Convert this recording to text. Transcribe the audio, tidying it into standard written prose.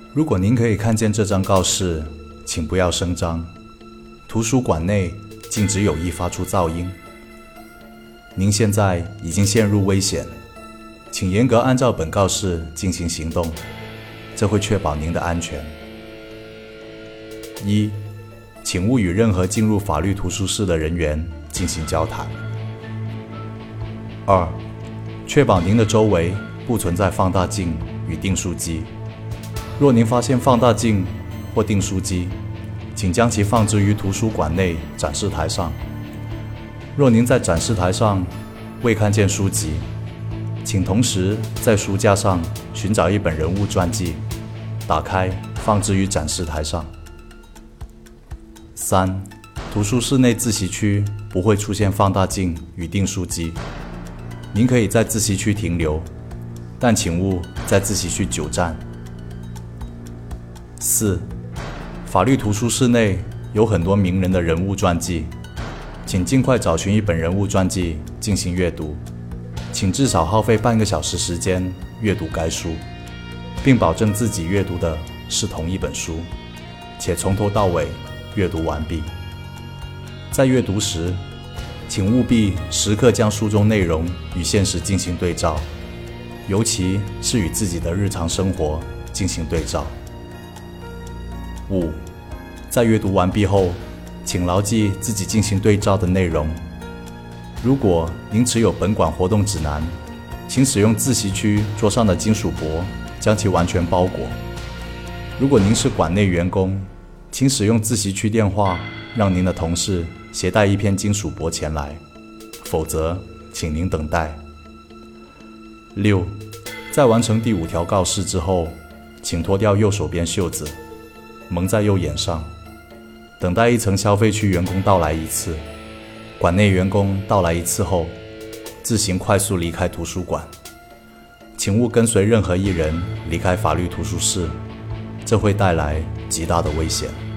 如果您可以看见这张告示，请不要声张。图书馆内禁止有意发出噪音。您现在已经陷入危险，请严格按照本告示进行行动，这会确保您的安全。1. 请勿与任何进入法律图书室的人员进行交谈。2. 确保您的周围不存在放大镜与订书机。若您发现放大镜或订书机，请将其放置于图书馆内展示台上。若您在展示台上未看见书籍，请同时在书架上寻找一本人物传记，打开放置于展示台上。3. 图书室内自习区不会出现放大镜与订书机，您可以在自习区停留，但请勿在自习区久站。4. 法律图书室内有很多名人的人物传记，请尽快找寻一本人物传记进行阅读，请至少耗费半个小时时间阅读该书，并保证自己阅读的是同一本书，且从头到尾阅读完毕。在阅读时，请务必时刻将书中内容与现实进行对照，尤其是与自己的日常生活进行对照。5. 在阅读完毕后，请牢记自己进行对照的内容。如果您持有本馆活动指南，请使用自习区桌上的金属箔将其完全包裹。如果您是馆内员工，请使用自习区电话让您的同事携带一片金属箔前来，否则请您等待。6. 在完成第5条告示之后，请脱掉右手边袖子，蒙在右眼上，等待一层消费区员工到来一次，馆内员工到来一次后，自行快速离开图书馆。请勿跟随任何一人离开法律图书室，这会带来极大的危险。